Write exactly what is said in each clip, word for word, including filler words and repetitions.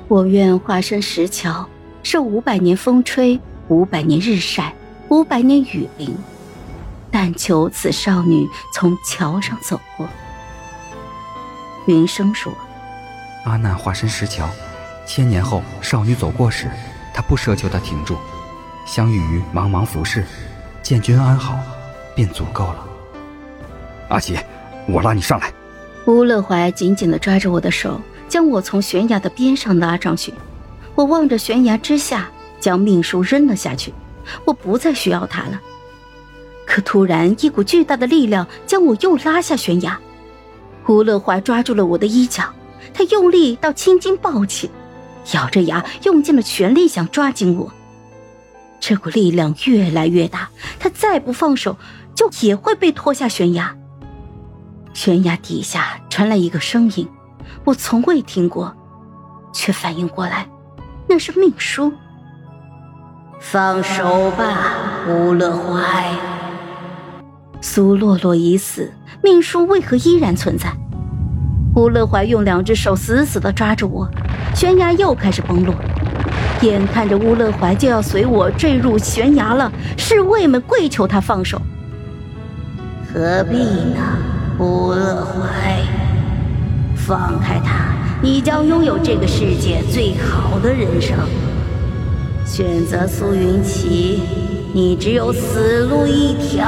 我愿化身石桥，受五百年风吹，五百年日晒，五百年雨淋，但求此少女从桥上走过。云生说， 阿难化身石桥，千年后少女走过时，他不奢求她停住，相遇于茫茫浮世，见君安好，便足够了。阿喜，我拉你上来。 吴乐怀紧紧地抓着我的手，将我从悬崖的边上拉上去。我望着悬崖之下，将命书扔了下去。我不再需要它了。可突然一股巨大的力量将我又拉下悬崖。吴乐怀抓住了我的衣角，他用力到青筋暴起，咬着牙用尽了全力想抓紧我。这股力量越来越大，他再不放手就也会被拖下悬崖。悬崖底下传来一个声音，我从未听过，却反应过来，那是命书。放手吧，吴乐怀。苏洛洛已死，命书为何依然存在？吴乐怀用两只手死死地抓着我，悬崖又开始崩落。眼看着吴乐怀就要随我坠入悬崖了，侍卫们跪求他放手。何必呢，吴乐怀？放开他，你将拥有这个世界最好的人生。选择苏云奇，你只有死路一条。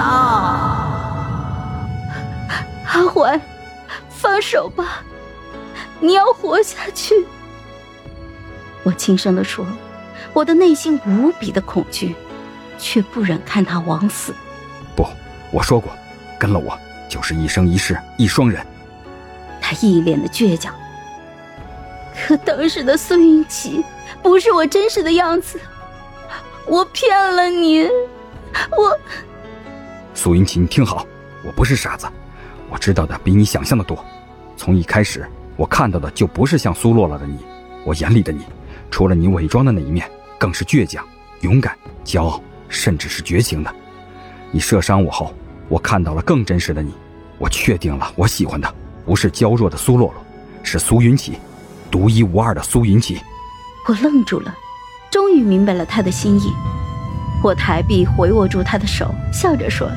阿怀，放手吧，你要活下去。我轻声地说，我的内心无比的恐惧，却不忍看他枉死。 不，我说过，跟了我就是一生一世一双人。 他一脸的倔强。可当时的苏云奇不是我真实的样子，我骗了你，我…… 苏云奇，你听好，我不是傻子，我知道的比你想象的多。从一开始，我看到的就不是像苏洛洛的你，我眼里的你，除了你伪装的那一面，更是倔强、勇敢、骄傲，甚至是绝情的。你射伤我后，我看到了更真实的你，我确定了，我喜欢的不是娇弱的苏洛洛，是苏云奇，独一无二的苏云奇。 我愣住了，终于明白了他的心意。我抬臂回握住他的手，笑着说：“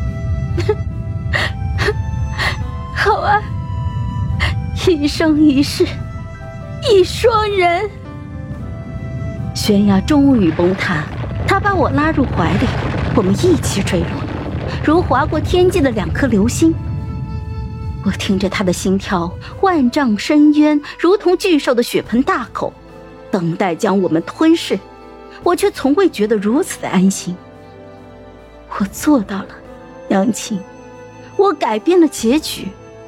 好啊，一生一世，一双人。”悬崖终于崩塌，他把我拉入怀里，我们一起坠落，如划过天际的两颗流星。我听着他的心跳，万丈深渊如同巨兽的血盆大口，等待将我们吞噬。我却从未觉得如此的安心。我做到了，杨晴，我改变了结局。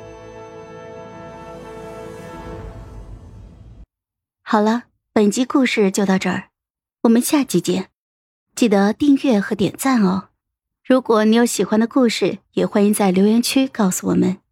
好了，本集故事就到这儿，我们下集见，记得订阅和点赞哦。如果你有喜欢的故事，也欢迎在留言区告诉我们。